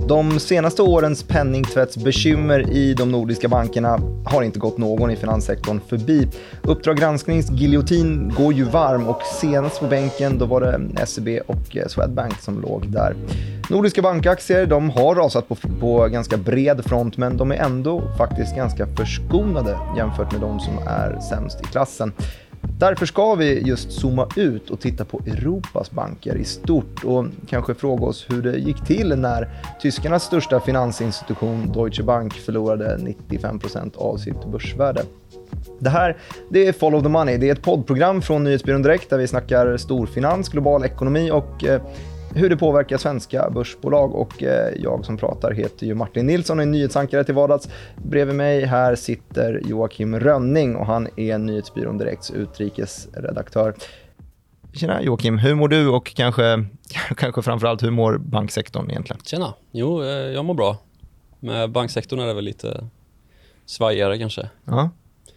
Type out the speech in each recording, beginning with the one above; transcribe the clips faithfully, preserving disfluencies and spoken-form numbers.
De senaste årens penningtvättsbekymmer i de nordiska bankerna har inte gått någon i finanssektorn förbi. Uppdrag gransknings giljotin går ju varm och senast på bänken då var det S E B och Swedbank som låg där. Nordiska bankaktier de har rasat på, på ganska bred front, men de är ändå faktiskt ganska förskonade jämfört med de som är sämst i klassen. Därför ska vi just zooma ut och titta på Europas banker i stort och kanske fråga oss hur det gick till när tyskarnas största finansinstitution Deutsche Bank förlorade nittiofem procent av sitt börsvärde. Det här det är Follow the Money. Det är ett poddprogram från Nyhetsbyrån Direkt där vi snackar storfinans, global ekonomi och eh, hur det påverkar svenska börsbolag. Och eh, jag som pratar heter ju Martin Nilsson och är nyhetsankare till vardags. Bredvid mig här sitter Joakim Rönning och han är Nyhetsbyrån Direkts utrikesredaktör. Tjena Joakim, hur mår du och kanske, kanske framförallt hur mår banksektorn egentligen? Tjena, jo jag mår bra. Med banksektorn är det väl lite svajigare kanske. Ja.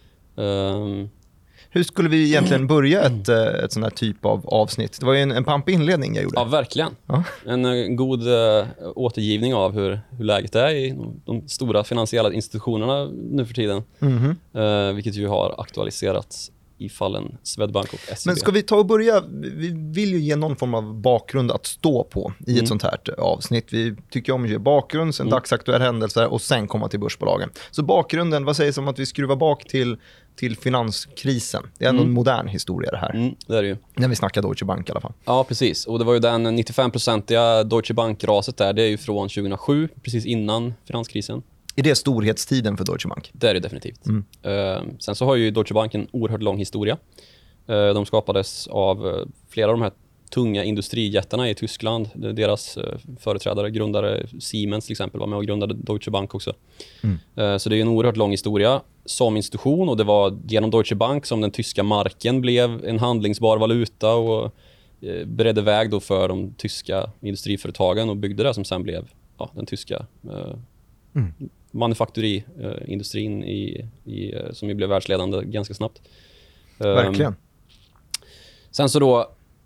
Um, Hur skulle vi egentligen börja ett, ett sån här typ av avsnitt? Det var ju en, en pampig inledning jag gjorde. Ja, verkligen. Ja. En, en god uh, återgivning av hur, hur läget är i de, de stora finansiella institutionerna nu för tiden. Mm-hmm. Uh, vilket ju har aktualiserats i fallen Swedbank och S E B. Men ska vi ta och börja? Vi vill ju ge någon form av bakgrund att stå på i mm. ett sånt här avsnitt. Vi tycker om att ge bakgrund, sen mm. dagsaktuella händelser och sen komma till börsbolagen. Så bakgrunden, vad sägs om att vi skruvar bak till, till finanskrisen? Det är ändå mm. en modern historia det här. Mm, det är det ju. När vi snackar Deutsche Bank i alla fall. Ja, precis. Och det var ju den nittiofem-procentiga Deutsche Bank-raset där. Det är ju från tjugohundrasju, precis innan finanskrisen. Är det storhetstiden för Deutsche Bank? Det är det definitivt. Mm. Uh, sen så har ju Deutsche Bank en oerhört lång historia. Uh, de skapades av uh, flera av de här tunga industrijättarna i Tyskland. Deras uh, företrädare, grundare Siemens till exempel, var med och grundade Deutsche Bank också. Mm. Uh, så det är en oerhört lång historia som institution och det var genom Deutsche Bank som den tyska marken blev en handlingsbar valuta och uh, beredde väg då för de tyska industriföretagen och byggde det som sen blev ja, den tyska uh, mm. manufakturindustrin i, i, som ju blev världsledande ganska snabbt. Verkligen. Um, sen så då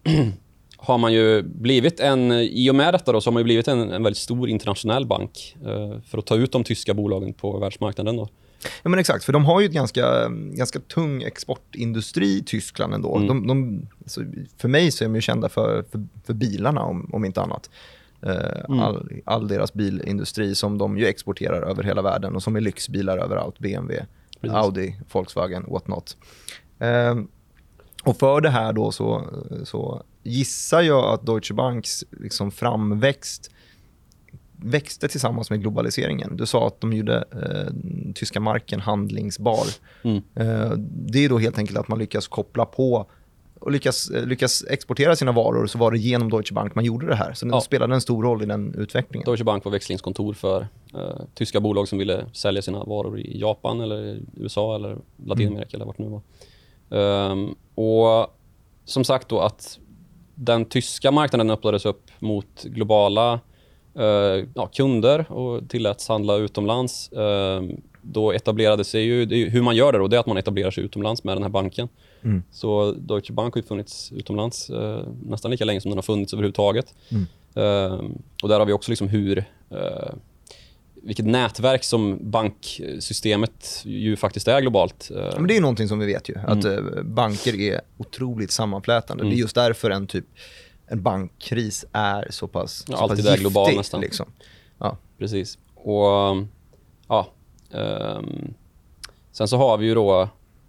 har man ju blivit en, i och med detta då, så har man ju blivit en, en väldigt stor internationell bank uh, för att ta ut de tyska bolagen på världsmarknaden då. Ja men exakt, för de har ju ett ganska, ganska tung exportindustri i Tyskland ändå. Mm. De, de, alltså, för mig så är de ju kända för, för, för bilarna om, om inte annat. Mm. All, all deras bilindustri som de ju exporterar över hela världen och som är lyxbilar överallt, B M W, precis. Audi, Volkswagen, what not. Um, och för det här då så, så gissar jag att Deutsche Banks liksom framväxt växte tillsammans med globaliseringen. Du sa att de gjorde eh, tyska marken handlingsbar. Mm. Eh, det är då helt enkelt att man lyckas koppla på och lyckas, lyckas exportera sina varor, så var det genom Deutsche Bank man gjorde det här. Så det ja. spelade en stor roll i den utvecklingen. Deutsche Bank var växlingskontor för uh, tyska bolag som ville sälja sina varor i Japan eller U S A eller Latinamerika mm. eller vart nu var. Um, och som sagt då att den tyska marknaden öppnades upp mot globala uh, ja, kunder och tilläts handla utomlands. Uh, då etablerade sig ju, det är, hur man gör det då, det är att man etablerar sig utomlands med den här banken. Mm. Så Deutsche Bank har ju funnits utomlands eh, nästan lika länge som den har funnits överhuvudtaget. Mm. Eh, och där har vi också liksom hur eh, vilket nätverk som banksystemet ju faktiskt är globalt. Eh. Men det är ju någonting som vi vet ju, mm. att eh, banker är otroligt sammanflätande. Mm. Det är just därför en typ en bankkris är så pass, ja, så alltid pass är giftig. Global nästan. Liksom. Ja. Precis. Och ja, Um, sen så har vi ju då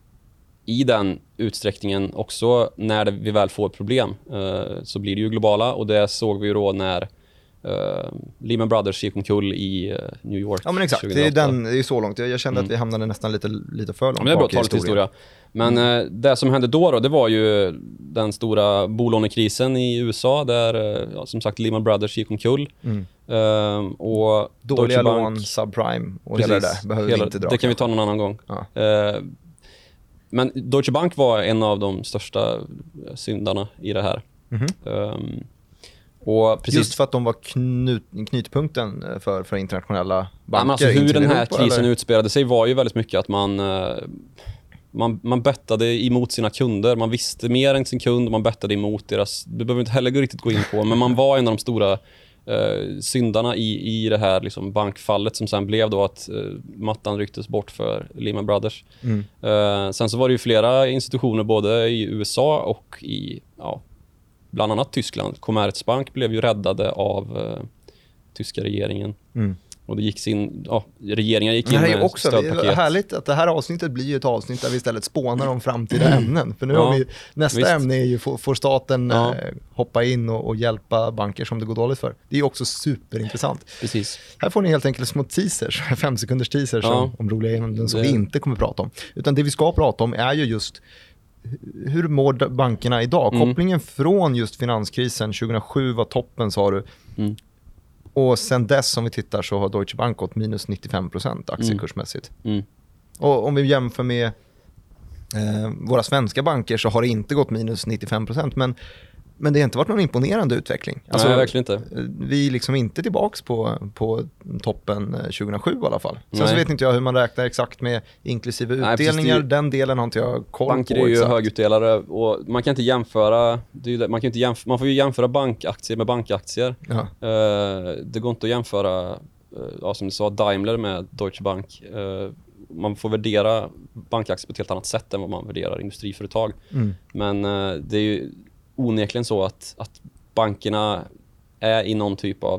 i den utsträckningen också när det, vi väl får problem uh, så blir det ju globala och det såg vi ju då när uh, Lehman Brothers gick omkull i uh, New York. Ja men exakt, det är, den, det är så långt. Jag, jag kände mm. att vi hamnade nästan lite, lite för långt. Ja, men det är bra att ta lite historia. Men mm. uh, det som hände då, då det var ju den stora bolånekrisen i U S A där uh, ja, som sagt Lehman Brothers gick omkull. Mm. Um, och dåliga lån, subprime och precis, hela det där behöver hela, vi inte dra. Det kan vi ta någon annan gång. Ja. Uh, men Deutsche Bank var en av de största syndarna i det här. Mm-hmm. Um, och precis, just för att de var knut, knutpunkten för, för internationella banker. Ja, alltså hur den här Europa, krisen eller? utspelade sig var ju väldigt mycket att man, man, man bettade emot sina kunder. Man visste mer än sin kund och man bettade emot deras... Det behöver inte heller riktigt gå in på, men man var en av de stora eh, syndarna i, i det här liksom bankfallet som sen blev då att eh, mattan rycktes bort för Lehman Brothers. Mm. Eh, sen så var det ju flera institutioner både i U S A och i ja, bland annat Tyskland. Commerzbank blev ju räddade av eh, tyska regeringen. Mm. Och det gick sin, ja, regeringen gick in det här är med också stödpaket. Det är härligt att det här avsnittet blir ju ett avsnitt där vi istället spånar om framtida ämnen. För nu Ja, har vi, nästa visst. ämne är ju, får, får staten Ja. eh, hoppa in och, och hjälpa banker som det går dåligt för. Det är ju också superintressant. Precis. Här får ni helt enkelt små teasers, fem sekunders teasers Ja. om, om roliga ämnen som Det- vi inte kommer prata om. Utan det vi ska prata om är ju just hur mår bankerna idag? Mm. Kopplingen från just finanskrisen, tjugohundrasju var toppen sa du. Mm. Och sen dess som vi tittar så har Deutsche Bank gått minus nittiofem procent aktiekursmässigt. Mm. Och om vi jämför med eh, våra svenska banker så har det inte gått minus nittiofem procent. Men, men det har inte varit någon imponerande utveckling. Alltså, Nej, verkligen inte. eh, Vi är liksom inte tillbaka på, på toppen eh, tjugohundrasju i alla fall. Sen Nej. så vet inte jag hur man räknar exakt med inklusive Nej, utdelningar. precis, det- Den delen har inte jag koll Banker på är ju exakt. högutdelare och man kan inte jämföra, det är ju det, man, kan inte jämföra man får ju jämföra bankaktier med bankaktier. Ja. Eh, det går inte att jämföra, eh, ja, som du sa, Daimler med Deutsche Bank. Eh, man får värdera bankaktier på ett helt annat sätt än vad man värderar industriföretag. Mm. Men eh, det är ju onekligen så att, att bankerna är i någon typ av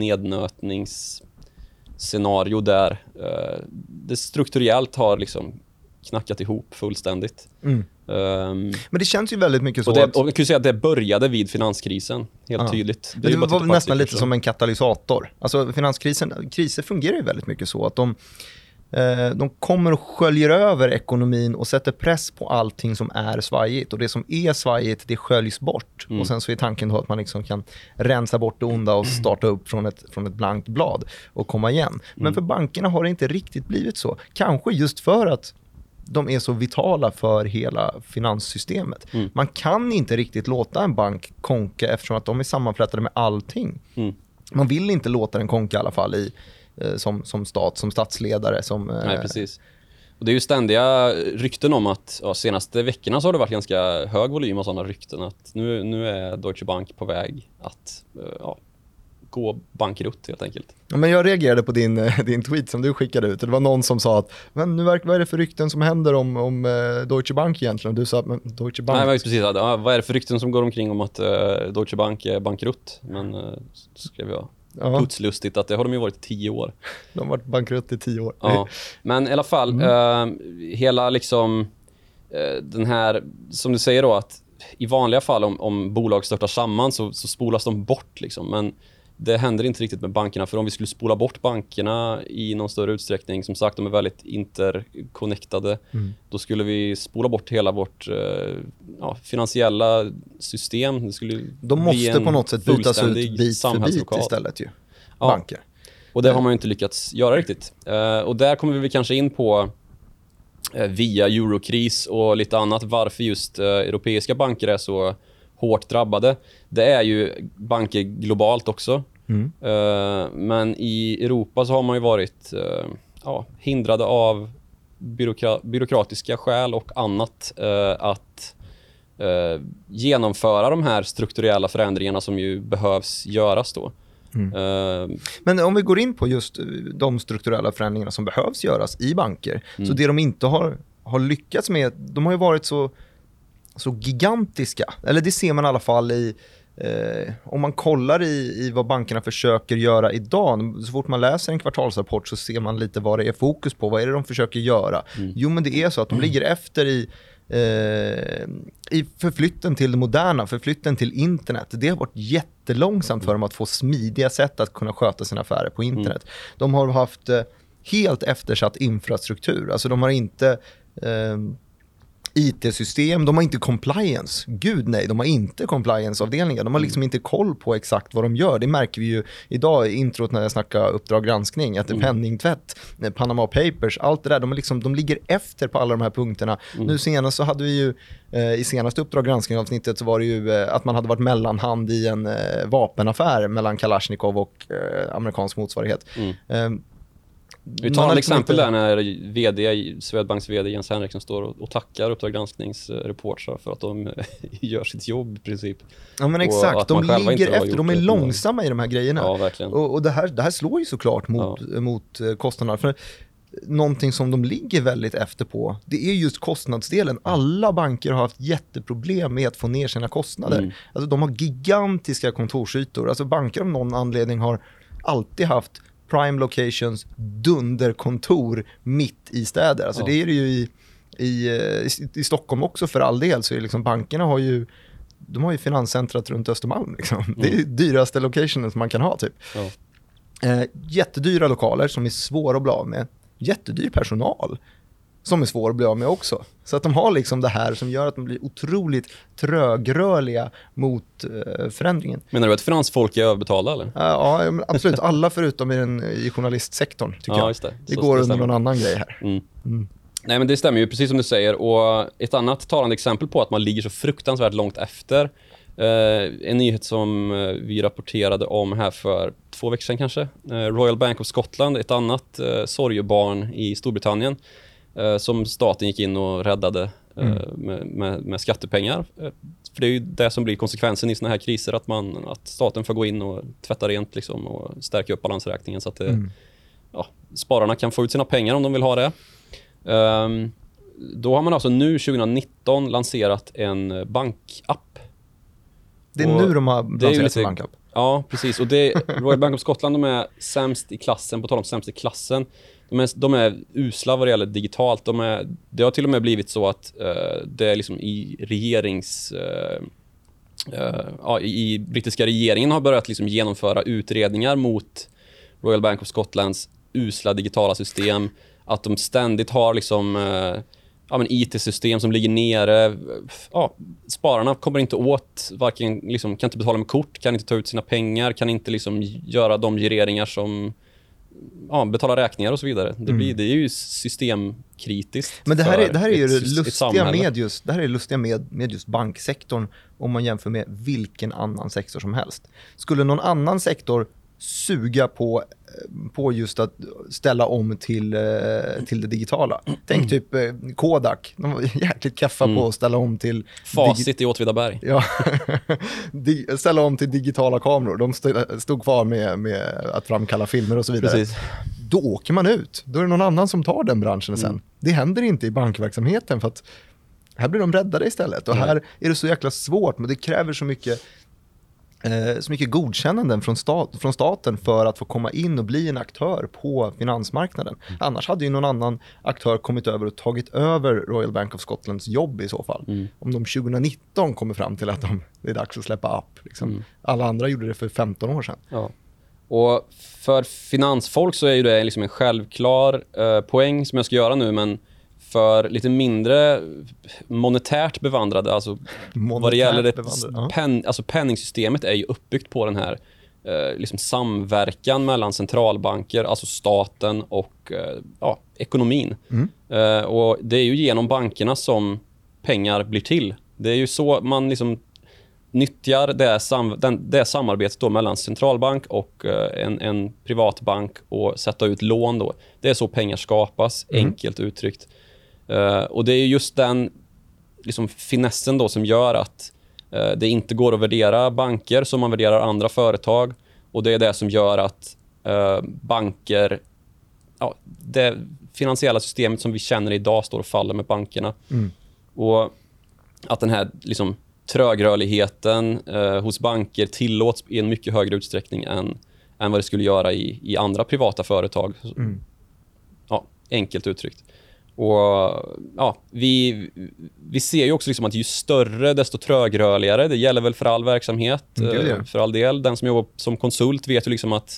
nednötningsscenario där eh, det strukturellt har liksom knackat ihop fullständigt. Mm. Um, Men det känns ju väldigt mycket så och, det, att och jag kan ju säga att det började vid finanskrisen, helt Ja. tydligt. det, är ju det bara att var titta på nästan lite aktiekursen. som en katalysator. Alltså finanskrisen, kriser fungerar ju väldigt mycket så att de, eh, de kommer och sköljer över ekonomin och sätter press på allting som är svajigt. Och det som är svajigt, det sköljs bort. Mm. Och sen så är tanken då att man liksom kan rensa bort det onda och starta upp från ett, från ett blankt blad och komma igen. Men Mm. för bankerna har det inte riktigt blivit så. Kanske just för att de är så vitala för hela finanssystemet. Mm. Man kan inte riktigt låta en bank konka eftersom att de är sammanflätade med allting. Mm. Man vill inte låta den konka i alla fall i, eh, som, som stat, som statsledare. Som, eh, Nej, precis. Och det är ju ständiga rykten om att ja, senaste veckorna så har det varit ganska hög volym av sådana rykten att nu, nu är Deutsche Bank på väg att eh, ja, gå bankrutt helt enkelt. Ja, men jag reagerade på din, eh, din tweet som du skickade ut. Det var någon som sa att men nu verkar, vad är det för rykten som händer om, om eh, Deutsche Bank egentligen? Och du sa att men Deutsche Bank... Nej, men precis. Ja, vad är det för rykten som går omkring om att eh, Deutsche Bank är bankrutt? Men eh, så skrev jag ja, putslustigt att det har de ju varit i tio år. de har varit bankrutt i tio år. Ja, men i alla fall Mm. eh, hela liksom eh, den här, som du säger då, att i vanliga fall om, om bolag störtar samman så, så spolas de bort liksom. Men det händer inte riktigt med bankerna, för om vi skulle spola bort bankerna i någon större utsträckning, som sagt de är väldigt interconnectade, Mm. då skulle vi spola bort hela vårt eh, ja, finansiella system. Det skulle De bli måste en på något sätt bytas ut fullständig bit för bit samhällsblockad. istället ju. Ja. Banker. Och det har man ju inte lyckats göra riktigt. Eh, och där kommer vi kanske in på eh, via eurokris och lite annat varför just eh, europeiska banker är så hårt drabbade. Det är ju banker globalt också. Mm. Eh, men i Europa så har man ju varit eh, ja, hindrade av byråkra- byråkratiska skäl och annat eh, att eh, genomföra de här strukturella förändringarna som ju behövs göras då. Mm. Eh, Men om vi går in på just eh, de strukturella förändringarna som behövs göras i banker. Mm. Så det de inte har, har lyckats med, de har ju varit så, så gigantiska. Eller det ser man i alla fall i, eh, om man kollar i, i vad bankerna försöker göra idag. Så fort man läser en kvartalsrapport så ser man lite vad det är fokus på. Vad är det de försöker göra? Mm. Jo, men det är så att de ligger efter i Eh, i förflytten till det moderna, förflytten till internet. Det har varit jättelångsamt för dem att få smidiga sätt att kunna sköta sina affärer på internet. Mm. De har haft eh, helt eftersatt infrastruktur. Alltså de har inte eh, I T-system, de har inte compliance. Gud nej, de har inte compliance-avdelningar. De har liksom inte koll på exakt vad de gör. Det märker vi ju idag i introt när jag snackar Uppdrag granskning. Att det är Mm. penningtvätt, Panama Papers, allt det där. De, är liksom, de ligger efter på alla de här punkterna. Mm. Nu senast så hade vi ju, eh, i senaste Uppdrag granskning-avsnittet så var det ju eh, att man hade varit mellanhand i en eh, vapenaffär mellan Kalashnikov och eh, amerikansk motsvarighet. Mm. Eh, Vi tar ett exempel inte... där när V D, Swedbanks V D Jens Henriksson står och, och tackar Uppdrag granskningsreportrar för att de gör sitt jobb i princip. Ja men exakt, de ligger efter, de är långsamma i de här grejerna. Ja, verkligen. Och, och det, här, det här slår ju såklart mot, ja. mot kostnaderna. För någonting som de ligger väldigt efter på, det är just kostnadsdelen. Alla banker har haft jätteproblem med att få ner sina kostnader. Mm. Alltså de har gigantiska kontorsytor. Alltså banker av någon anledning har alltid haft prime locations, dunderkontor mitt i städer. Alltså ja. Det är det ju i, i, i Stockholm också för all del. Så är liksom bankerna har ju de har ju finanscentrat runt Östermalm. Liksom. Mm. Det är dyraste locationen som man kan ha typ. Ja. Eh, jättedyra lokaler som är svåra att bli av med. Jättedyr personal som är svår att bli av med också. Så att de har liksom det här som gör att de blir otroligt trögrörliga mot uh, förändringen. Menar du att finansfolk är överbetalda eller? Uh, ja, absolut. Alla förutom i, den, i journalistsektorn tycker ja, jag. Just det. Det går det under någon annan grej här. Mm. Mm. Nej men det stämmer ju precis som du säger. Och ett annat talande exempel på att man ligger så fruktansvärt långt efter. Uh, en nyhet som uh, vi rapporterade om här för två veckor sedan kanske. Uh, Royal Bank of Scotland, ett annat uh, sorgebarn i Storbritannien. Uh, som staten gick in och räddade uh, mm. med, med, med skattepengar. Uh, för det är ju det som blir konsekvensen i såna här kriser, att, man, att staten får gå in och tvätta rent liksom, och stärka upp balansräkningen så att det, mm. ja, spararna kan få ut sina pengar om de vill ha det. Um, då har man alltså nu tjugonitton lanserat en bankapp. Det är och nu de har lanserat en bankapp. Ja, precis. Och det, Royal Bank of Scotland, de är sämst i klassen, på tal om sämst i klassen. De är, de är usla vad det gäller digitalt. De är, det har till och med blivit så att uh, det är liksom i regerings... Uh, uh, ja, i brittiska regeringen har börjat liksom genomföra utredningar mot Royal Bank of Scotlands usla digitala system. Att de ständigt har liksom... Uh, ja, men I T-system som ligger nere. Ja, spararna kommer inte åt, varken, liksom, kan inte betala med kort, kan inte ta ut sina pengar, kan inte liksom göra de gireringar som ja, betala räkningar och så vidare. Det, blir, mm. det är ju systemkritiskt. Men det här är, det här är ju det lustiga med just, det här är lustiga med, med just banksektorn om man jämför med vilken annan sektor som helst. Skulle någon annan sektor suga på, på just att ställa om till, till det digitala. Tänk typ Kodak. De var jäkligt kaffa mm. på att ställa om till... Facit digi- i Åtvidaberg. Ja, ställa om till digitala kameror. De stod, stod kvar med, med att framkalla filmer och så vidare. Precis. Då åker man ut. Då är det någon annan som tar den branschen sen. Mm. Det händer inte i bankverksamheten för att här blir de räddade istället. Och mm. här är det så jäkla svårt, men det kräver så mycket så mycket godkännanden från, stat, från staten för att få komma in och bli en aktör på finansmarknaden. Mm. Annars hade ju någon annan aktör kommit över och tagit över Royal Bank of Scotlands jobb i så fall. Mm. Om de tjugonitton kommer fram till att de, det är dags att släppa upp. Liksom. Mm. Alla andra gjorde det för femton år sedan. Ja. Och för finansfolk så är ju det liksom en självklar eh, poäng som jag ska göra nu, men för lite mindre monetärt bevandrade, alltså monetärt vad det gäller det pen, alltså penningsystemet är ju uppbyggt på den här eh, liksom samverkan mellan centralbanker, alltså staten och eh, ja, ekonomin. Mm. Eh, och det är ju genom bankerna som pengar blir till. Det är ju så man liksom nyttjar det, sam, den, det samarbetet då mellan centralbank och eh, en, en privatbank och sätta ut lån då. Det är så pengar skapas, mm. enkelt uttryckt. Uh, och det är just den liksom, finessen då som gör att uh, det inte går att värdera banker som man värderar andra företag. Och det är det som gör att uh, banker, ja, det finansiella systemet som vi känner idag står och faller med bankerna. Mm. Och att den här liksom, trögrörligheten uh, hos banker tillåts i en mycket högre utsträckning än, än vad det skulle göra i, i andra privata företag. Mm. Ja, enkelt uttryckt. Och ja, vi, vi ser ju också liksom att ju större desto trögrörligare. Det gäller väl för all verksamhet, mm, för all del. Den som jobbar som konsult vet ju liksom att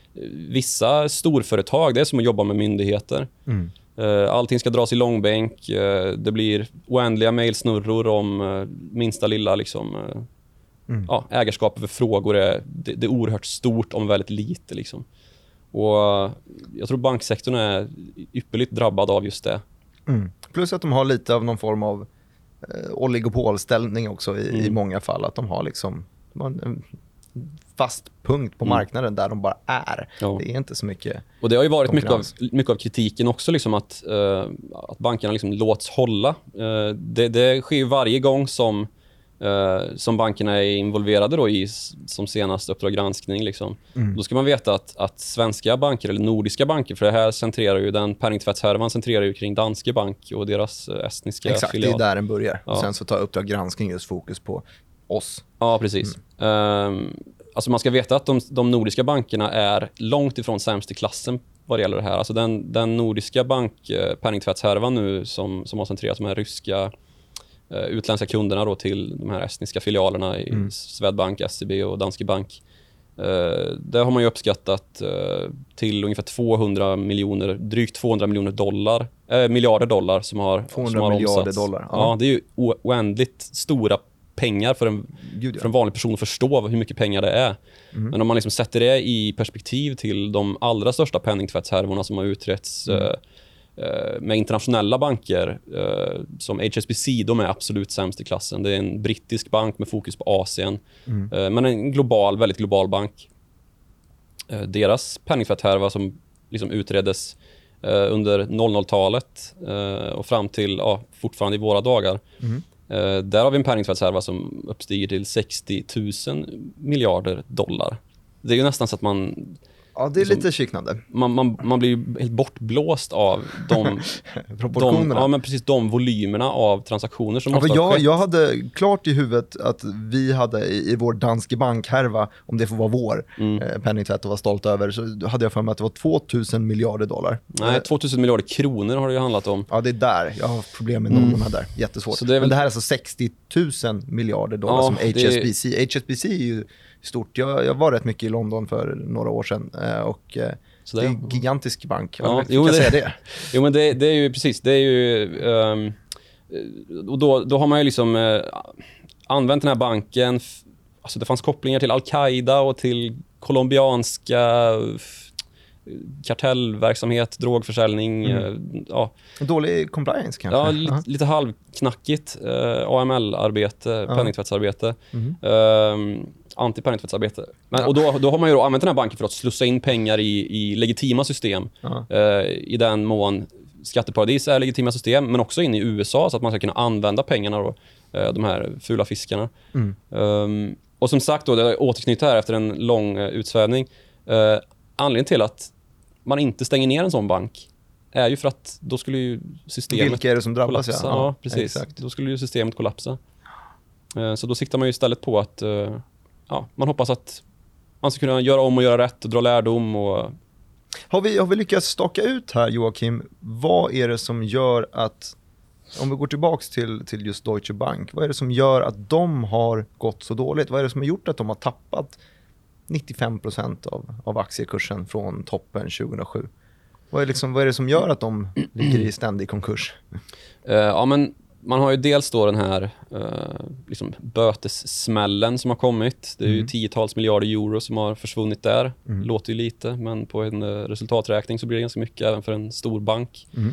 vissa storföretag, det är som att jobba med myndigheter. Mm. Allting ska dras i långbänk. Det blir oändliga mejlsnurror om minsta lilla liksom, mm. ja, ägarskap över frågor. Är, det, det är oerhört stort om väldigt lite liksom. Och jag tror banksektorn är ypperligt drabbad av just det. Mm. Plus att de har lite av någon form av eh, oligopolställning också i, mm. i många fall. Att de har liksom de har en fast punkt på mm. marknaden där de bara är. Ja. Det är inte så mycket. Och det har ju varit mycket av, mycket av kritiken också, liksom att, uh, att bankerna liksom låts hålla. Uh, det, det sker ju varje gång som, uh, som bankerna är involverade då i som senaste Uppdrag granskning. Liksom. Mm. Då ska man veta att, att svenska banker eller nordiska banker, för det här centrerar ju den penningtvättshärvan centrerar ju kring Danske Bank och deras estniska Exakt, filial. det är där den börjar. Ja. Och sen så tar Uppdrag granskning just fokus på oss. Ja, precis. Mm. Um, Alltså man ska veta att de, de nordiska bankerna är långt ifrån sämst i klassen vad det gäller det här. Alltså den, den nordiska bank, eh, penningtvättshärvan nu som, som har centrerat de här ryska eh, utländska kunderna då till de här estniska filialerna i mm. Swedbank, S E B och Danske Bank. Eh, där har man ju uppskattat eh, till ungefär tvåhundra miljoner, drygt tvåhundra miljoner dollar, eh, miljarder dollar som har, tvåhundra som har miljarder omsatts. dollar. Ja. ja, det är ju o- oändligt stora pengar för en, Gud, ja. för en vanlig person att förstå hur mycket pengar det är. Mm. Men om man liksom sätter det i perspektiv till de allra största penningtvättshärvorna som har utretts mm. eh, med internationella banker eh, som H S B C, de är absolut sämst i klassen. Det är en brittisk bank med fokus på Asien, mm. eh, men en global, väldigt global bank. Eh, deras penningtvättshärva som liksom utreddes eh, under noll noll-talet eh, och fram till ja, fortfarande i våra dagar. Mm. Uh, där har vi en penningtvättshärva som uppstiger till sextio tusen miljarder dollar. Det är ju nästan så att man... Ja, det är liksom, lite kiknande. Man, man, man blir ju helt bortblåst av de, proportionerna. De, ja, men precis de volymerna av transaktioner som ja, måste jag, ha skett. Jag hade klart i huvudet att vi hade i, i vår Danske Bank-härva, om det får vara vår mm. eh, penningtvätt och vara stolt över, så hade jag för mig att det var tvåtusen miljarder dollar. Nej, tvåtusen miljarder kronor har det ju handlat om. Ja, det är där. Jag har problem med nollorna mm. där. Jättesvårt. Så det är väl... Men det här är alltså sextio tusen miljarder dollar ja, som H S B C. Det... H S B C är ju stort. Jag, jag var rätt mycket i London för några år sedan och så det är en gigantisk bank. Ja, jo, jag det, säga det. Jo, men det, det är ju precis. Det är ju, um, och då, då har man ju liksom uh, använt den här banken. F- alltså det fanns kopplingar till Al-Qaida och till colombianska f- kartellverksamhet, drogförsäljning. Mm. Uh, ja. Dålig compliance kanske? Ja, li- lite halvknackigt. Uh, A M L-arbete, uh-huh. penningtvättsarbete. Mm. Uh, anti-penningtvättsarbete. Men, ja. Och då, då har man ju då använt den här banken för att slussa in pengar i, i legitima system. Uh-huh. Uh, I den mån skatteparadis är legitima system, men också in i U S A så att man ska kunna använda pengarna då, uh, de här fula fiskarna. Mm. Um, och som sagt då, det är återknytt här efter en lång uh, utsvävning. Uh, anledningen till att man inte stänger ner en sån bank är ju för att då skulle ju systemet Vilka är det som drabbas? kollapsa. Ja, ja precis. Exakt. Då skulle ju systemet kollapsa. Uh, så då siktar man ju istället på att uh, ja, man hoppas att man ska kunna göra om och göra rätt och dra lärdom. Och... Har vi, har vi lyckats staka ut här, Joakim, vad är det som gör att, om vi går tillbaks till, till just Deutsche Bank, vad är det som gör att de har gått så dåligt? Vad är det som har gjort att de har tappat nittiofem procent av, av aktiekursen från toppen tjugohundrasju? Vad är, liksom, vad är det som gör att de ligger i ständig konkurs? Uh, ja, men man har ju dels då den här uh, liksom bötessmällen som har kommit. Det är mm. ju tiotals miljarder euro som har försvunnit där. Mm. Låter ju lite, men på en uh, resultaträkning så blir det ganska mycket även för en stor bank. Mm.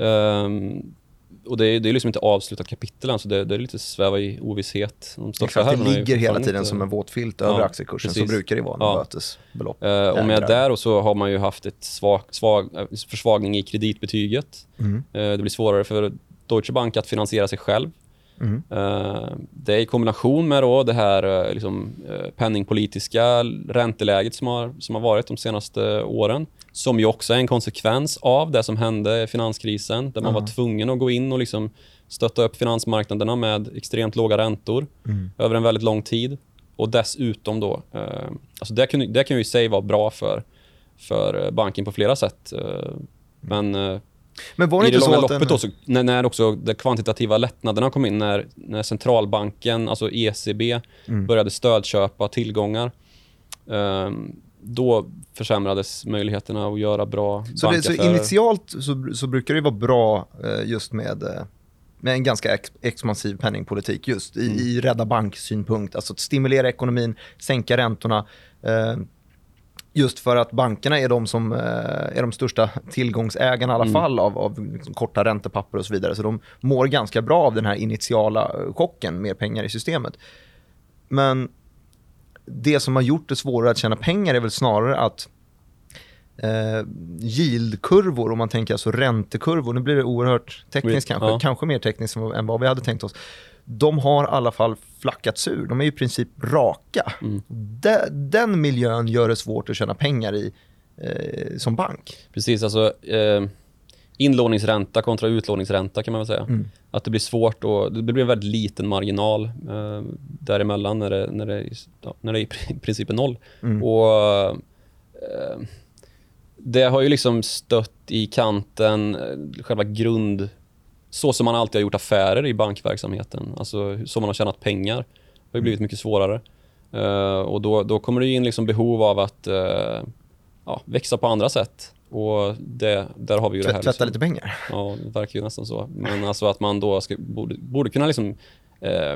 Um, och det är, det är liksom inte avslutat kapitel än, så det, det är lite sväva i ovisshet. De Exakt, det ligger hela tiden inte... som en våt filt över ja, aktiekursen, precis. Så brukar det vara en ja. bötesbelopp. Uh, och med där och så har man ju haft ett svag, svag, försvagning i kreditbetyget. Mm. Uh, det blir svårare för Deutsche Bank att finansiera sig själv. Mm. Uh, det är i kombination med då det här uh, liksom, uh, penningpolitiska ränteläget som har, som har varit de senaste åren, som ju också är en konsekvens av det som hände i finanskrisen, där man uh-huh. var tvungen att gå in och liksom stötta upp finansmarknaderna med extremt låga räntor mm. över en väldigt lång tid. Och dessutom då, uh, alltså det kan, det kan ju i sig vara bra för, för banken på flera sätt. Uh, men uh, Men var det i det inte långa så att loppet den... då, så, när, när också de kvantitativa lättnaderna kom in, när, när centralbanken, alltså E C B, mm. började stödköpa tillgångar, um, då försämrades möjligheterna att göra bra så bankaffärer. Så initialt så, så brukar det vara bra uh, just med, uh, med en ganska ex- expansiv penningpolitik just i, mm. i rädda banksynpunkt, alltså att stimulera ekonomin, sänka räntorna. Uh, Just för att bankerna är de som eh, är de största tillgångsägarna i alla mm. fall av, av liksom korta räntepapper och så vidare. Så de mår ganska bra av den här initiala chocken, mer pengar i systemet. Men det som har gjort det svårare att tjäna pengar är väl snarare att eh, yieldkurvor, om man tänker alltså räntekurvor, nu blir det oerhört tekniskt kanske, ja. kanske mer tekniskt än vad vi hade tänkt oss. De har i alla fall flackats ur. De är i princip raka. Mm. De, den miljön gör det svårt att tjäna pengar i eh, som bank. Precis, alltså eh, inlåningsränta kontra utlåningsränta kan man väl säga. Mm. Att det blir svårt och det blir en väldigt liten marginal eh, däremellan när det, när, det, ja, när det i princip är noll. Mm. Och eh, det har ju liksom stött i kanten själva grund, så som man alltid har gjort affärer i bankverksamheten, alltså så man har tjänat pengar, har ju blivit mycket svårare. Uh, och då, då kommer det in liksom behov av att uh, ja, växa på andra sätt. Och det, där har vi ju Tvätt, det här. Tvätta liksom, lite pengar. Ja, det verkar ju nästan så. Men alltså att man då ska, borde, borde kunna liksom uh,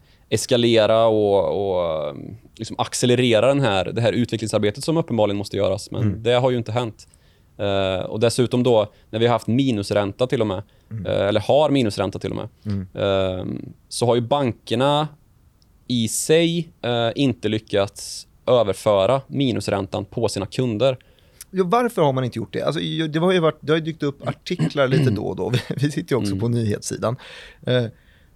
eskalera och, och liksom accelerera den här, det här utvecklingsarbetet som uppenbarligen måste göras. Men mm. det har ju inte hänt. Uh, och dessutom då, när vi har haft minusränta till och med, mm. uh, eller har minusränta till och med, mm. uh, så har ju bankerna i sig uh, inte lyckats överföra minusräntan på sina kunder. Ja, varför har man inte gjort det? Alltså, det, har ju varit, det har ju dykt upp artiklar lite då och då. Vi, vi sitter ju också mm. på nyhetssidan. Uh,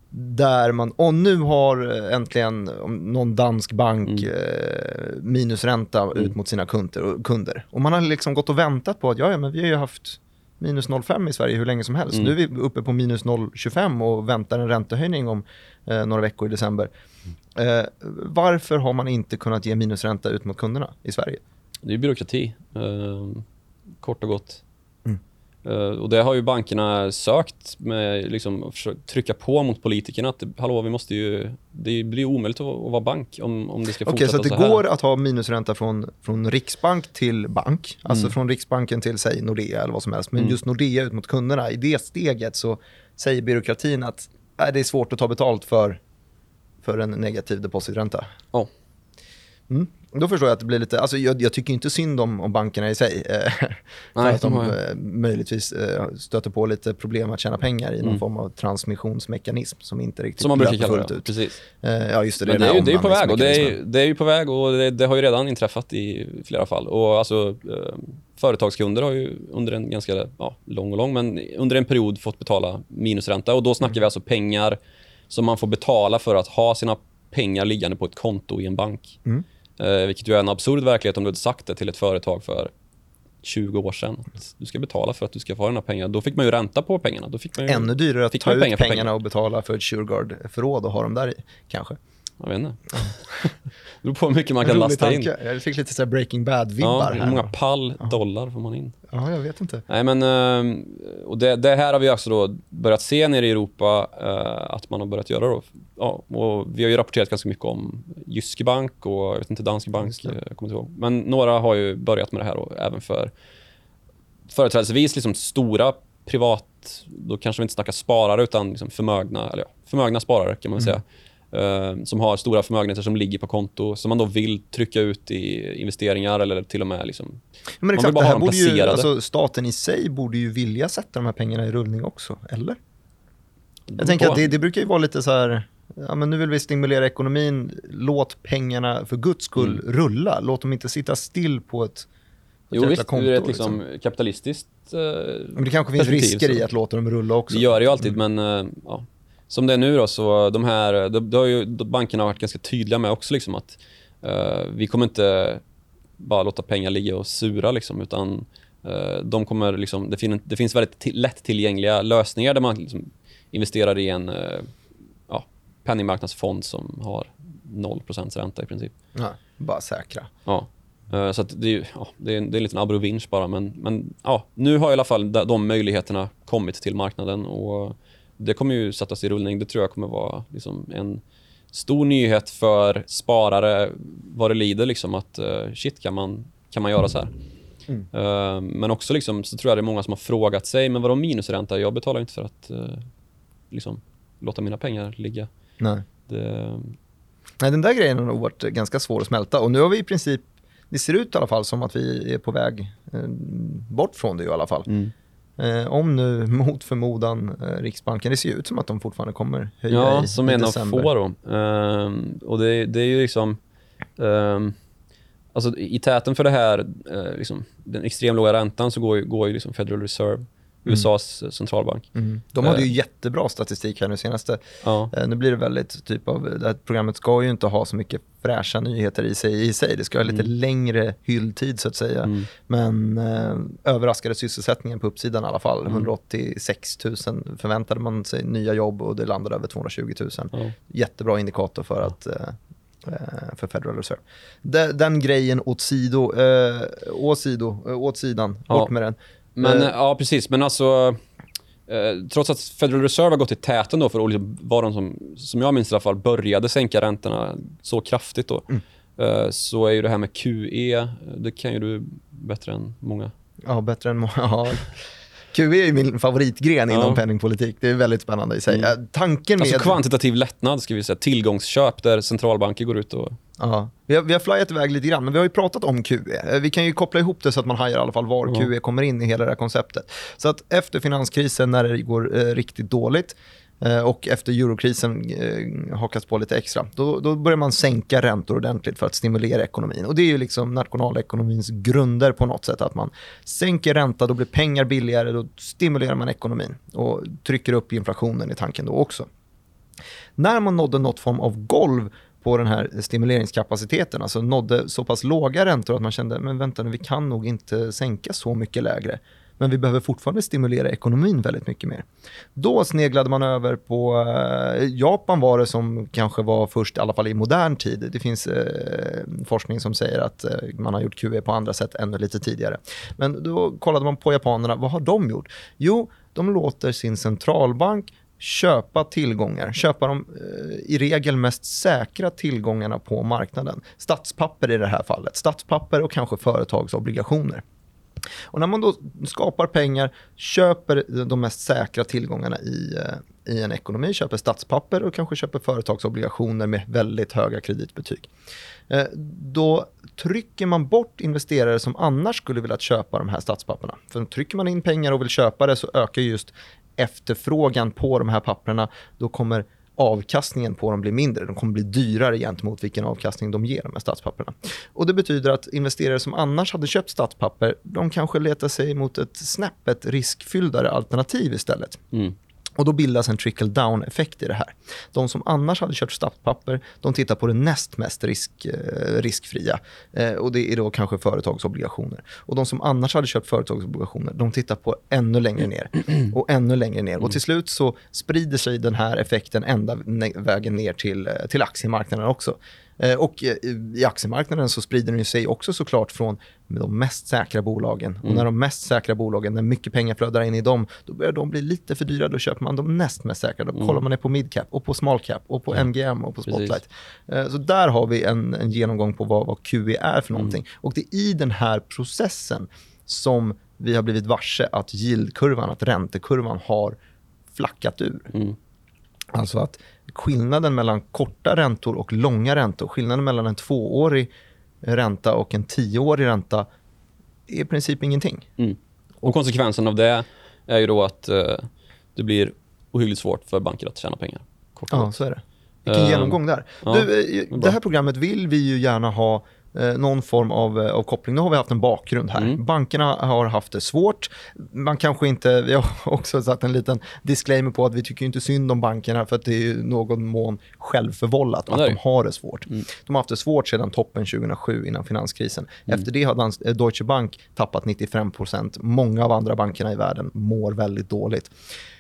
där man, och nu har äntligen någon dansk bank mm. eh, minusränta mm. ut mot sina kunder och, kunder. Och man har liksom gått och väntat på att ja, ja, men vi har ju haft minus noll komma fem i Sverige hur länge som helst. Mm. Nu är vi uppe på minus noll komma tjugofem och väntar en räntehöjning om eh, några veckor i december. Mm. Eh, varför har man inte kunnat ge minusränta ut mot kunderna i Sverige? Det är ju byråkrati, eh, kort och gott. Uh, och det har ju bankerna sökt med liksom att trycka på mot politikerna att hallå, vi måste ju, det blir omöjligt att, att vara bank om, om det ska fortsätta så här. Okej, så det går att ha minusränta från, från Riksbank till bank, mm. alltså från Riksbanken till säg Nordea eller vad som helst, men mm. just Nordea ut mot kunderna, i det steget så säger byråkratin att äh, det är svårt att ta betalt för, för en negativ depositränta. Ja. Oh. Mm. Då förstår jag att det blir lite, alltså jag, jag tycker inte synd om, om bankerna i sig. Eh, för Nej, att de eh, möjligtvis eh, stöter på lite problem att tjäna pengar i någon mm. form av transmissionsmekanism som inte riktigt som man brukar kalla det, ut. Precis. Eh, ja, just det. Men det, är, ju, det är ju på väg och det är, det är ju på väg och det, det har ju redan inträffat i flera fall. Och alltså eh, företagskunder har ju under en ganska ja, lång och lång, men under en period fått betala minusränta och då snackar mm. vi alltså pengar som man får betala för att ha sina pengar liggande på ett konto i en bank. Mm. Eh, vilket ju är en absurd verklighet om du hade sagt det till ett företag för tjugo år sedan. Att du ska betala för att du ska få dina pengar. Då fick man ju ränta på pengarna. Då fick man ju, Ännu dyrare att ta ut pengar pengarna pengar. Och betala för ett Shurgard-förråd och ha dem där i, kanske. Jag vet inte. Det beror på hur mycket man kan lasta tanke. in. Jag fick lite så här Breaking Bad-vibbar ja, här. Hur många pall dollar får man in? Ja, jag vet inte. Nej, men och det, det här har vi också då börjat se nere i Europa att man har börjat göra då. Ja, och vi har ju rapporterat ganska mycket om Jyske Bank och jag vet inte, Danske Bank, jag kommer inte ihåg. Men några har ju börjat med det här och även för företrädesvis liksom stora privat, då kanske vi inte snackar sparare utan liksom förmögna, eller ja, förmögna sparare kan man väl säga. Uh, som har stora förmögenheter som ligger på konto som man då vill trycka ut i investeringar eller till och med liksom, men exakt, man vill bara ha dem placerade. Ju, alltså, staten i sig borde ju vilja sätta de här pengarna i rullning också, eller? Jag tänker på. att det, det brukar ju vara lite så här, ja, men nu vill vi stimulera ekonomin, låt pengarna för guds skull mm. rulla, låt dem inte sitta still på ett, på ett jo, visst, konto. Jo, det är ett liksom, liksom kapitalistiskt uh, men det kanske finns risker så. I att låta dem rulla också. Det gör det ju alltid, mm. men uh, ja. Som det är nu då, så de här, då, då har ju då bankerna varit ganska tydliga med också liksom att uh, vi kommer inte bara låta pengar ligga och sura liksom, utan uh, de kommer liksom, det, fin- det finns väldigt t- lätt tillgängliga lösningar där man liksom investerar i en uh, ja, penningmarknadsfond som har noll procent ränta i princip. Ja, bara säkra. Ja. Uh, så att det, är, ja, det, är en, det är en liten abrovinch bara, men, men ja, nu har i alla fall de, de möjligheterna kommit till marknaden och det kommer ju sättas i rullning. Det tror jag kommer vara liksom en stor nyhet för sparare vad det lider. Liksom, att uh, shit, kan man, kan man göra så här? Mm. Uh, men också liksom, så tror jag det är många som har frågat sig, men vadå minusränta? Jag betalar inte för att uh, liksom, låta mina pengar ligga. Nej. Det... Nej, den där grejen har nog varit ganska svår att smälta. Och nu har vi i princip, det ser ut i alla fall som att vi är på väg eh, bort från det i alla fall. Mm. Eh, om nu mot förmodan eh, Riksbanken, det ser ut som att de fortfarande kommer höja ja, i, som i en december. av få då. Uh, och det, det är ju liksom Um, alltså i täten för det här, uh, liksom, den extremt låga räntan, så går ju, går ju liksom Federal Reserve, mm. U S A:s centralbank. Mm. De hade ju uh, jättebra statistik här nu senaste. Ja. Uh, nu blir det väldigt typ av, det här programmet ska ju inte ha så mycket fräscha nyheter i sig. I sig. Det ska ha lite mm. längre hylltid så att säga. Mm. Men uh, överraskade sysselsättningen på uppsidan i alla fall. Mm. hundraåttiosex tusen förväntade man sig nya jobb och det landade över tvåhundratjugo tusen. Ja. Jättebra indikator för att uh, för Federal Reserve. Den, den grejen åt sido, uh, åt sido, uh, åt sidan, ja. bort med den. Men, uh, ja, precis. Men alltså, uh, trots att Federal Reserve har gått i täten då för att liksom vara de som, som jag minns i alla fall, började sänka räntorna så kraftigt då, mm. uh, så är ju det här med Q E, det kan ju du bättre än många. Ja, bättre än många. Ja. Q E är min favoritgren inom ja. penningpolitik. Det är väldigt spännande i sig. Mm. Tanken med... Alltså kvantitativ lättnad, ska vi säga. Tillgångsköp där centralbanker går ut och... Ja. Vi har, vi har flyat iväg lite grann, men vi har ju pratat om Q E. Vi kan ju koppla ihop det så att man hajar i alla fall var ja. Q E kommer in i hela det här konceptet. Så att efter finanskrisen, när det går eh, riktigt dåligt, och efter eurokrisen eh, hakas på lite extra, då, då börjar man sänka räntor ordentligt för att stimulera ekonomin. Och det är ju liksom nationalekonomins grunder på något sätt, att man sänker ränta, då blir pengar billigare, då stimulerar man ekonomin och trycker upp inflationen i tanken då också. När man nådde något form av golv på den här stimuleringskapaciteten, alltså nådde så pass låga räntor att man kände, men vänta nu, vi kan nog inte sänka så mycket lägre. Men vi behöver fortfarande stimulera ekonomin väldigt mycket mer. Då sneglade man över på eh, Japan var det som kanske var först, i alla fall i modern tid. Det finns eh, forskning som säger att eh, man har gjort Q E på andra sätt ännu lite tidigare. Men då kollade man på japanerna, vad har de gjort? Jo, de låter sin centralbank köpa tillgångar, köpa de eh, i regel mest säkra tillgångarna på marknaden. Statspapper i det här fallet, statspapper och kanske företagsobligationer. Och när man då skapar pengar, köper de mest säkra tillgångarna i, i en ekonomi, köper statspapper och kanske köper företagsobligationer med väldigt höga kreditbetyg. Då trycker man bort investerare som annars skulle vilja köpa de här statspapperna. För trycker man in pengar och vill köpa det, så ökar just efterfrågan på de här papperna. Då kommer avkastningen på dem blir mindre. De kommer bli dyrare gentemot vilken avkastning de ger de här statspapperna. Och det betyder att investerare som annars hade köpt statspapper, de kanske letar sig mot ett snäppet riskfylldare alternativ istället. Mm. Och då bildas en trickle-down-effekt i det här. De som annars hade köpt statspapper, de tittar på det näst mest risk, eh, riskfria. Eh, och det är då kanske företagsobligationer. Och de som annars hade köpt företagsobligationer, de tittar på ännu längre ner. Och ännu längre ner. Och till slut så sprider sig den här effekten ända vägen ner till, till aktiemarknaden också. Och i aktiemarknaden så sprider den sig också såklart från de mest säkra bolagen. Mm. Och när de mest säkra bolagen, när mycket pengar flödar in i dem, då börjar de bli lite för dyra. Då köper man de näst mest säkra. Då mm. kollar man ner på midcap och på smallcap och på mm. M G M och på Spotlight. Precis. Så där har vi en, en genomgång på vad, vad Q E är för någonting. Mm. Och det är i den här processen som vi har blivit varse att yieldkurvan, att räntekurvan har flackat ur. Mm. Alltså att skillnaden mellan korta räntor och långa räntor, skillnaden mellan en tvåårig ränta och en tioårig ränta är i princip ingenting. Mm. Och konsekvensen av det är ju då att uh, det blir ohyggligt svårt för banker att tjäna pengar. Kort ja, så är det. Vilken uh, genomgång där. Ja, du, det här programmet vill vi ju gärna ha eh, någon form av, av koppling. Nu har vi haft en bakgrund här. Mm. Bankerna har haft det svårt. Man kanske inte, vi har också satt en liten disclaimer på att vi tycker inte synd om bankerna för att det är ju någon mån självförvållat ja, att de har det svårt. Mm. De har haft det svårt sedan toppen tjugohundrasju innan finanskrisen. Mm. Efter det har Deutsche Bank tappat nittiofem procent. Många av andra bankerna i världen mår väldigt dåligt.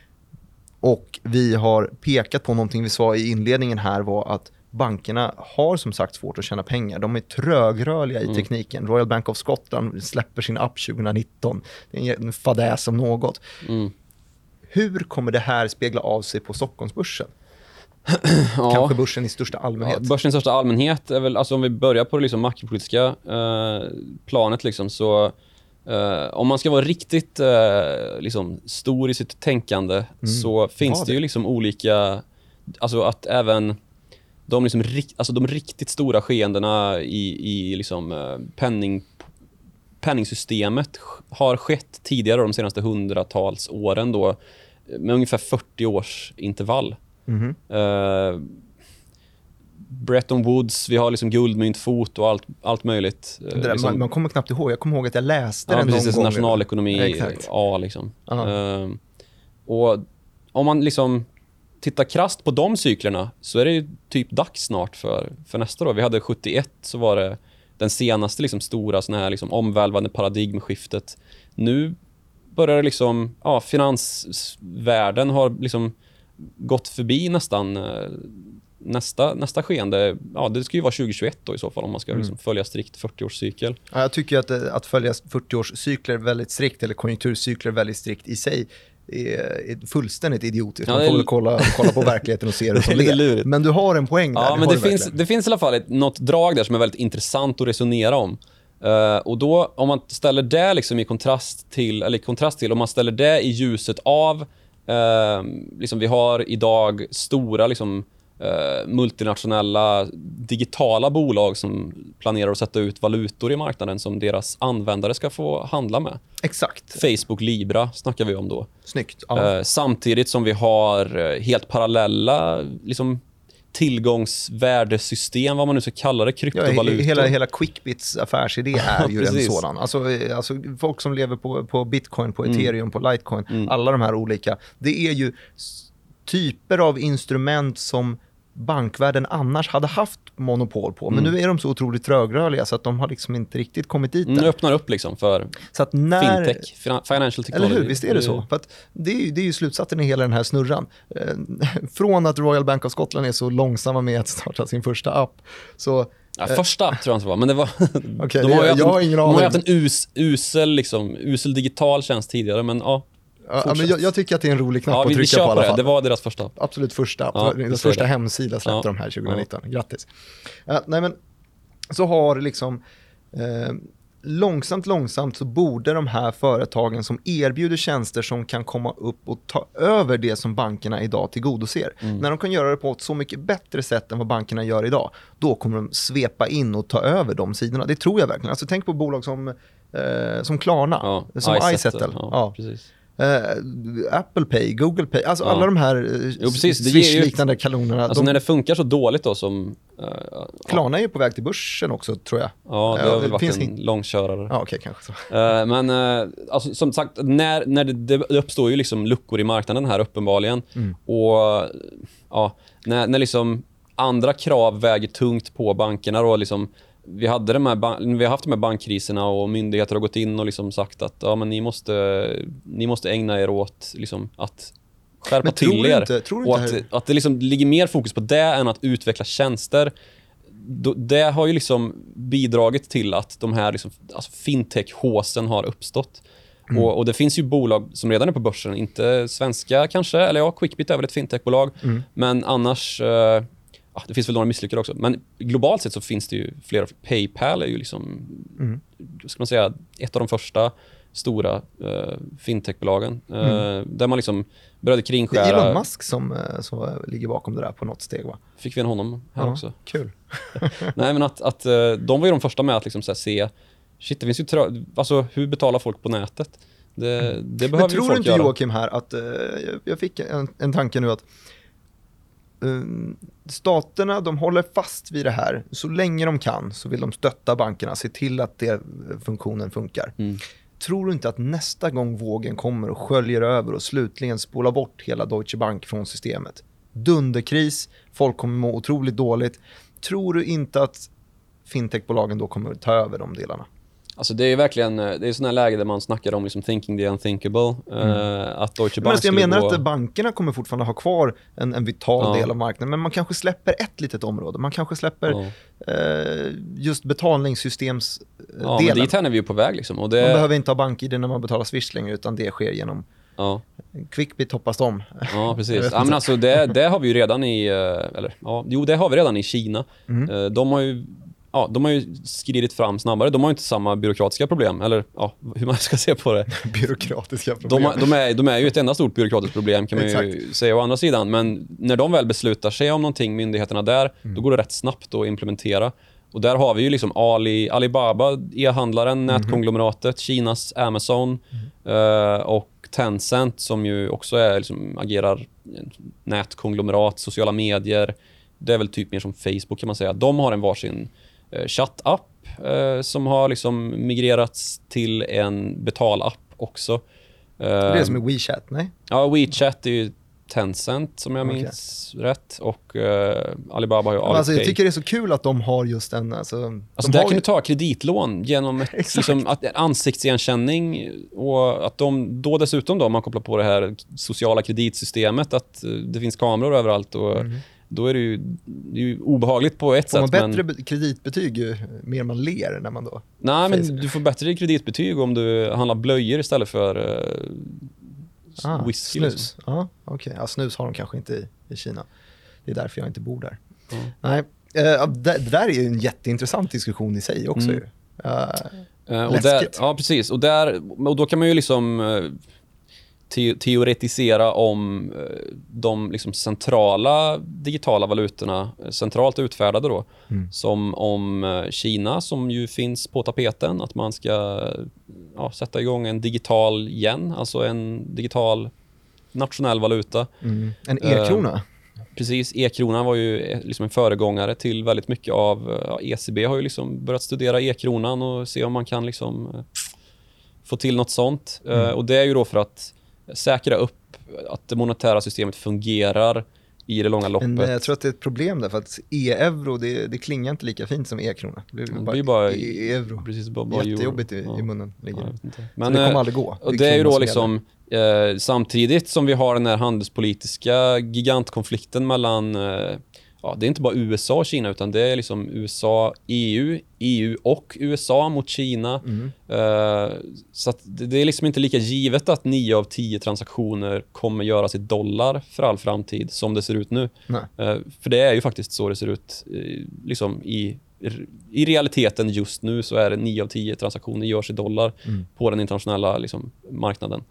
Och vi har pekat på någonting vi sa i inledningen här var att bankerna har som sagt svårt att tjäna pengar. De är trögrörliga i mm. tekniken. Royal Bank of Scotland släpper sin app tjugonitton. Det är en fadäs som något. Mm. Hur kommer det här spegla av sig på Stockholmsbörsen? Ja. Kanske börsen i största allmänhet. Ja, börsen i största allmänhet är väl, alltså om vi börjar på det liksom makropolitiska eh, planet liksom, så Uh, om man ska vara riktigt uh, liksom, stor i sitt tänkande mm. så finns det? det ju liksom olika, alltså att även de, liksom, rikt, alltså de riktigt stora skeendena i, i liksom, uh, penning, penningsystemet har skett tidigare de senaste hundratals åren då, med ungefär fyrtio års intervall. Mm. Uh, Bretton Woods, vi har liksom guldmyntfot och allt, allt möjligt. Det där, liksom, man, man kommer knappt ihåg. Jag kommer ihåg att jag läste ja, den precis, någon gång. Nationalekonomi A liksom. Uh, och om man liksom tittar krasst på de cyklerna så är det ju typ dags snart för, för nästa år. Vi hade sjuttioett, så var det den senaste liksom stora sån här liksom omvälvande paradigmskiftet. Nu börjar det liksom, ja, finansvärlden har liksom gått förbi nästan uh, nästa, nästa skeende. Ja, det ska ju vara tjugohundratjugoett då i så fall om man ska liksom följa strikt fyrtio-årscykel. Ja, jag tycker att, att följa fyrtio-årscykler väldigt strikt eller konjunkturcykler väldigt strikt i sig är fullständigt idiotiskt. Man får väl kolla, kolla på verkligheten och se det som det är. Men du har en poäng där. Ja, det men det finns, det finns i alla fall ett, något drag där som är väldigt intressant att resonera om. Uh, och då, om man ställer det liksom i kontrast till, eller i kontrast till, om man ställer det i ljuset av, uh, liksom vi har idag stora liksom, uh, multinationella digitala bolag som planerar att sätta ut valutor i marknaden som deras användare ska få handla med. Exakt. Facebook Libra snackar vi om då. Snyggt. Ja. Uh, samtidigt som vi har helt parallella liksom, tillgångsvärdesystem, vad man nu ska kalla det, kryptovalutor. Ja, hela, hela Quickbits affärsidé är ju en sådan. Alltså, alltså folk som lever på, på Bitcoin, på Ethereum, mm. på Litecoin, mm. alla de här olika. Det är ju typer av instrument som bankvärlden annars hade haft monopol på. Men mm. nu är de så otroligt trögrörliga så att de har liksom inte riktigt kommit dit. Nu öppnar upp liksom för så att när, fintech, financial technology. Eller hur, visst är det så? För att det, är ju, det är ju slutsatsen i hela den här snurran. Eh, från att Royal Bank of Scotland är så långsamma med att starta sin första app. Så, ja, första app tror jag inte var, men det var... okay, de har ju haft, jag har ingen de aning. har haft en us, usel, liksom, usel digital tjänst tidigare, men ja. Ja, men jag, jag tycker att det är en rolig knapp ja, att vi, trycka vi på i alla det. fall. Det var deras första. Absolut första. Ja, deras första hemsida släppte ja. de här tjugonitton. Ja. Grattis. Ja, nej men, så har liksom eh, långsamt, långsamt så borde de här företagen som erbjuder tjänster som kan komma upp och ta över det som bankerna idag tillgodoser. Mm. När de kan göra det på ett så mycket bättre sätt än vad bankerna gör idag, då kommer de svepa in och ta över de sidorna. Det tror jag verkligen. Alltså tänk på bolag som Eh, som Klarna, ja, som iSettle. Ja, ja. Precis. Eh, Apple Pay, Google Pay, alltså ja. alla de här eh, jo, precis. Det Swish-liknande kanonerna. Alltså de, när det funkar så dåligt då som... Uh, Klarna ja. är ju på väg till börsen också, tror jag. Ja, det har uh, väl varit en in... långkörare. Ja, okej, okay, kanske så. Uh, men uh, alltså, som sagt, när, när det, det uppstår ju liksom luckor i marknaden här uppenbarligen. Mm. Och ja, när, när liksom andra krav väger tungt på bankerna då liksom... Vi, hade de här, vi har haft de här bankkriserna och myndigheter har gått in och liksom sagt att ja, men ni, måste, ni måste ägna er åt liksom att skärpa men till er. Inte, tror och inte att, att det liksom ligger mer fokus på det än att utveckla tjänster. Det har ju liksom bidragit till att de här liksom, alltså fintech-håsen har uppstått. Mm. Och, och det finns ju bolag som redan är på börsen, inte svenska kanske, eller ja, Quickbit är väl ett fintech-bolag. Mm. Men annars... Uh, Ah, det finns väl några misslyckade också. Men globalt sett så finns det ju flera. PayPal är ju liksom, mm. ska man säga, ett av de första stora uh, fintechbolagen. Uh, mm. Där man liksom började kringskära... Det är Elon Musk som, uh, som ligger bakom det där på något steg, va? Fick vi en honom här ja, också. Kul. Nej, men att, att uh, de var ju de första med att liksom så här, se... Shit, det finns ju... Tra- alltså, hur betalar folk på nätet? Det, det behöver men ju folk göra. tror du inte, Joakim, här att... Uh, jag fick en, en tanke nu att... Um, staterna, de håller fast vid det här. Så länge de kan så vill de stötta bankerna, se till att det, funktionen funkar. Mm. Tror du inte att nästa gång vågen kommer och sköljer över och slutligen spolar bort hela Deutsche Bank från systemet? Dunderkris, folk kommer må otroligt dåligt. Tror du inte att fintechbolagen då kommer ta över de delarna? Alltså det är verkligen, det är sådana läge där man snackar om liksom thinking the unthinkable. Mm. Uh, att Deutsche Bank men jag menar gå... att bankerna kommer fortfarande ha kvar en, en vital ja. del av marknaden. Men man kanske släpper ett litet område. Man kanske släpper ja. uh, just betalningssystems ja, delen. Men dit är vi ju på väg liksom. Och det... Man behöver inte ha bank-I D när man betalar Swish längre, utan det sker genom ja. Quickbit, hoppas de. Ja, precis. Ja, men alltså det, det har vi ju redan i, eller ja, jo det har vi redan i Kina. Mm. De har ju Ja, de har ju skridit fram snabbare. De har ju inte samma byråkratiska problem. Eller ja, hur man ska se på det. Byråkratiska problem. De, de, är, de är ju ett enda stort byråkratiskt problem kan man ju säga å andra sidan. Men när de väl beslutar sig om någonting, myndigheterna där, mm. då går det rätt snabbt att implementera. Och där har vi ju liksom Ali, Alibaba, e-handlaren, mm. nätkonglomeratet, Kinas Amazon mm. uh, och Tencent som ju också är, liksom, agerar nätkonglomerat, sociala medier. det är väl typ mer som Facebook kan man säga. De har en varsin eh, chattapp eh, som har liksom migrerats till en betalapp också. Eh, det är det som är WeChat, nej? Ja, WeChat är ju Tencent som jag okay. minns rätt och eh, Alibaba har ju Alipay. Alltså, jag tycker det är så kul att de har just en... Alltså, alltså de där har kan ju... du ta kreditlån genom ett, liksom, att, ansiktsigenkänning och att de då dessutom då, om man kopplar på det här sociala kreditsystemet, att uh, det finns kameror överallt och mm. då är det, ju, det är ju obehagligt på ett får sätt. Får man bättre men... kreditbetyg ju mer man ler när man då... Nej, men du får bättre kreditbetyg om du handlar blöjor istället för... Uh, Ah, whisky, snus. liksom. Ja, okay. Ja, snus har de kanske inte i, i Kina. Det är därför jag inte bor där. Mm. Nej, uh, det, det där är ju en jätteintressant diskussion i sig också. Mm. Uh, uh, och där, ja, precis. Och, där, och då kan man ju liksom uh, te- teoretisera om uh, de liksom centrala digitala valutorna, uh, centralt utfärdade då. Mm. Som om uh, Kina, som ju finns på tapeten, att man ska ja, sätta igång en digital yen, alltså en digital nationell valuta. Mm. En e-krona? Uh, precis, e-kronan var ju liksom en föregångare till väldigt mycket av... Ja, E C B har ju liksom börjat studera e-kronan och se om man kan liksom uh, få till något sånt. Mm. Uh, och det är ju då för att säkra upp att det monetära systemet fungerar i det långa loppet. Men jag tror att det är ett problem där, för att e-euro, det, det klingar inte lika fint som e-krona. Det blir bara, det bara e-euro. Precis, bara, bara jättejobbigt i, ja. i munnen. Ligger. Ja, men det kommer aldrig gå. Och det är ju då liksom, eh, samtidigt som vi har den här handelspolitiska gigantkonflikten mellan, eh, ja, det är inte bara U S A och Kina, utan det är liksom U S A, E U, E U och U S A mot Kina. Mm. Eh, så att det, det är liksom inte lika givet att nio av tio transaktioner kommer göras i dollar för all framtid som det ser ut nu. Eh, för det är ju faktiskt så det ser ut eh, liksom i i realiteten just nu, så är det nio av tio transaktioner görs i dollar mm. på den internationella liksom, marknaden.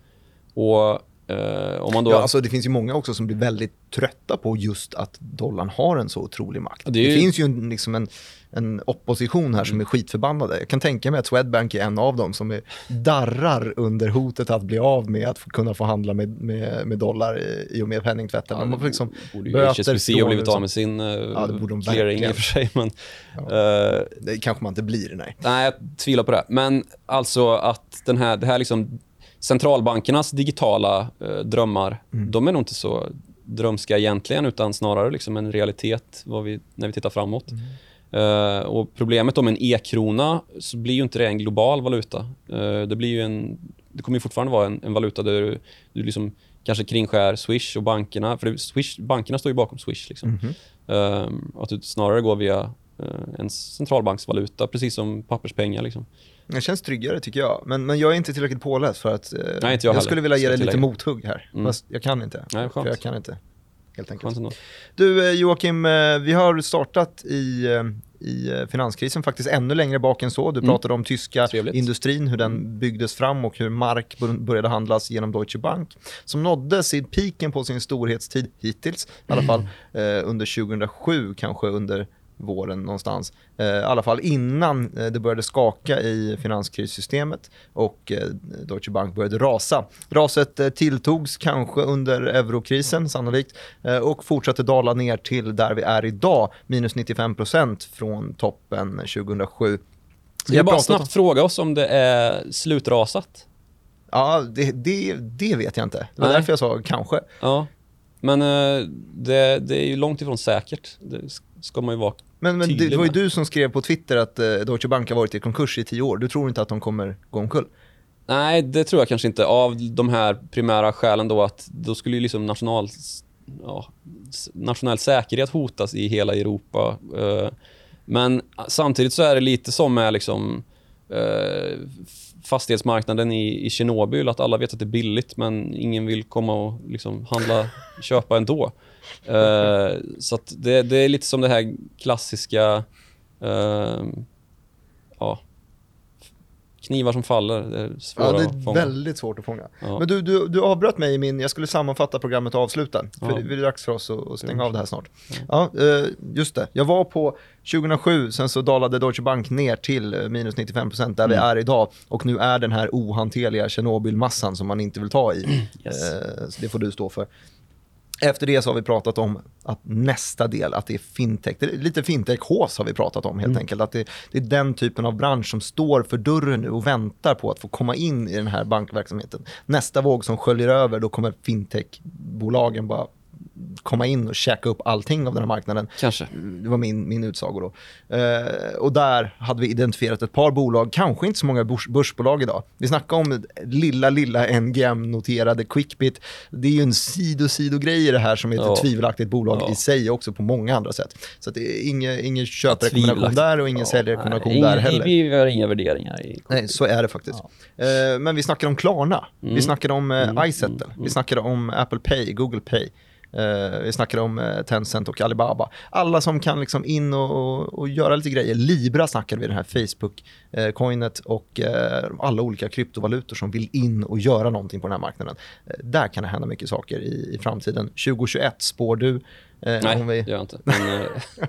Och eh, om man då... Ja, alltså det finns ju många också som blir väldigt trötta på just att dollarn har en så otrolig makt. Det, ju... det finns ju en, liksom en, en opposition här som mm. är skitförbannade. Jag kan tänka mig att Swedbank är en av dem som är, darrar under hotet att bli av med att kunna få handla med, med, med dollar i, i och med penningtvätten. Ja, de har liksom borde ju H S B C ha blivit av med sin uh, ja, det borde de clearing i och för sig. Men, ja. uh, det kanske man inte blir, nej. Nej, jag tvivlar på det. Men alltså att den här, det här liksom centralbankernas digitala uh, drömmar, mm. de är nog inte så drömska egentligen, utan snarare liksom en realitet vad vi, när vi tittar framåt. Mm. Uh, och problemet om en e-krona, så blir ju inte det en global valuta. Uh, det blir ju en, det kommer ju fortfarande vara en, en valuta där du, du liksom kanske kringskär Swish och bankerna, för det, Swish, bankerna står ju bakom Swish liksom. Mm-hmm. Uh, att du snarare går via uh, en centralbanksvaluta, precis som papperspengar liksom. Det känns tryggare tycker jag, men, men jag är inte tillräckligt påläst för att uh, Nej, inte jag, jag skulle vilja ge dig lite lägga. mothugg här. Mm. Fast jag kan inte. Nej, för jag kan inte. Helt enkelt. Du Joakim, vi har startat i, i finanskrisen faktiskt ännu längre bak än så. Du mm. pratade om tyska Trevligt. industrin, hur den byggdes fram och hur mark började handlas genom Deutsche Bank, som nådde sin piken på sin storhetstid hittills, i alla fall eh, under tjugohundrasju, kanske under våren någonstans. Eh, I alla fall innan eh, det började skaka i finanskrissystemet och eh, Deutsche Bank började rasa. Raset eh, tilltogs kanske under eurokrisen sannolikt eh, och fortsatte dala ner till där vi är idag, minus nittiofem procent från toppen tjugohundrasju. Ska vi bara pratat... snabbt fråga oss om det är slutrasat? Ja, det, det, det vet jag inte. Det var Nej. därför jag sa kanske. Ja, men eh, det, det är ju långt ifrån säkert. Det ska man ju vara Men, men det var ju du som skrev på Twitter att uh, Deutsche Bank har varit i konkurs i tio år. Du tror inte att de kommer gå omkull? Nej, det tror jag kanske inte. Av de här primära skälen då, att då skulle ju liksom national, ja, nationell säkerhet hotas i hela Europa. Uh, men samtidigt så är det lite som med liksom, uh, fastighetsmarknaden i, i Tjernobyl, att alla vet att det är billigt men ingen vill komma och liksom handla, köpa ändå. Uh, så att det, det är lite som det här klassiska uh, ja, knivar som faller. Det är, ja, det är väldigt svårt att fånga. Ja. Men du, du, du avbröt mig i min, jag skulle sammanfatta programmet och avsluta. För ja. det, det är dags för oss att, att stänga av det här snart. Ja. Ja, uh, just det. Jag var på tjugohundrasju, sen så dalade Deutsche Bank ner till minus nittiofem procent där mm. vi är idag. Och nu är den här ohanterliga Tjernobylmassan som man inte vill ta i. Yes. Uh, så det får du stå för. Efter det så har vi pratat om att nästa del, att det är fintech. Det är lite fintech-hås har vi pratat om helt mm. enkelt. Att det, det är den typen av bransch som står för dörren nu och väntar på att få komma in i den här bankverksamheten. Nästa våg som sköljer över, då kommer fintech-bolagen bara komma in och käka upp allting av den här marknaden. Kanske. Det var min, min utsago då. Eh, och där hade vi identifierat ett par bolag, kanske inte så många börs, börsbolag idag. Vi snackar om lilla, lilla N G M-noterade Quickbit. Det är ju en sido-sido-grej i det här som är ett ja. tvivelaktigt bolag ja. i sig också på många andra sätt. Så att det är ingen, ingen köprekommendation där och ingen ja, säljrekommendation nej, där heller. Vi har inga värderingar i. Nej, så är det faktiskt. Ja. Eh, men vi snackar om Klarna. Mm. Vi snackade om eh, mm. iSettle. Mm. Vi snackade om Apple Pay, Google Pay. Uh, vi snackar om uh, Tencent och Alibaba. Alla som kan liksom in och, och, och göra lite grejer. Libra snackade vi, den här Facebook-coinet uh, och uh, alla olika kryptovalutor som vill in och göra någonting på den här marknaden. Uh, där kan det hända mycket saker i, i framtiden. tjugohundratjugoett spår du? Eh, Nej, vi... det gör jag inte. Men,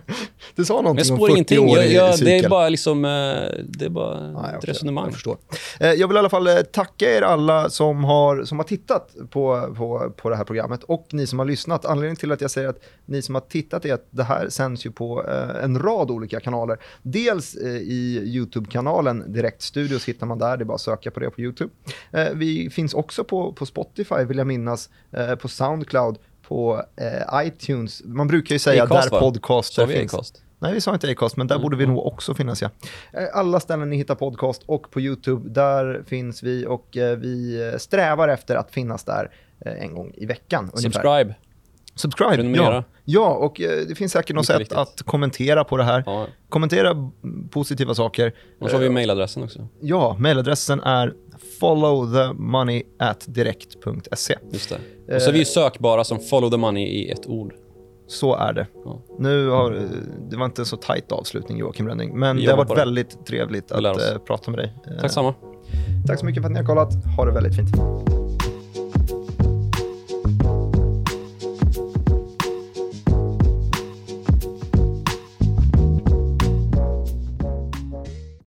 du sa någonting jag spår om fyrtio år i, jag, i det är bara, liksom, det är bara Nej, ett resonemang. Jag förstår. Eh, jag vill i alla fall tacka er alla som har, som har tittat på, på, på det här programmet och ni som har lyssnat. Anledningen till att jag säger att ni som har tittat är att det här sänds ju på eh, en rad olika kanaler. Dels eh, i YouTube-kanalen Direkt Studios hittar man där. Det är bara att söka på det på YouTube. Eh, vi finns också på, på Spotify vill jag minnas, eh, på Soundcloud, på eh, iTunes. Man brukar ju säga Acast, där podcaster finns. Acast? Nej, vi sa inte Acast, men där mm. borde vi nog också finnas, ja. Eh, alla ställen ni hittar podcast och på YouTube, där finns vi och eh, vi strävar efter att finnas där eh, en gång i veckan. Subscribe. Ungefär. Subscribe, ja. Ja, och eh, det finns säkert något sätt viktigt. att kommentera på det här. Ja. Kommentera positiva saker. Och så har vi mailadressen också. Ja, mailadressen är follow the money at direkt punkt se. Just det. Och så är vi sökbara som follow the money i ett ord. Så är det. Ja. Nu har det var inte en så tajt avslutning, Joakim Rönning, men det har varit väldigt trevligt att uh, prata med dig. Tack samma. Tack så mycket för att ni har kollat. Ha det väldigt fint.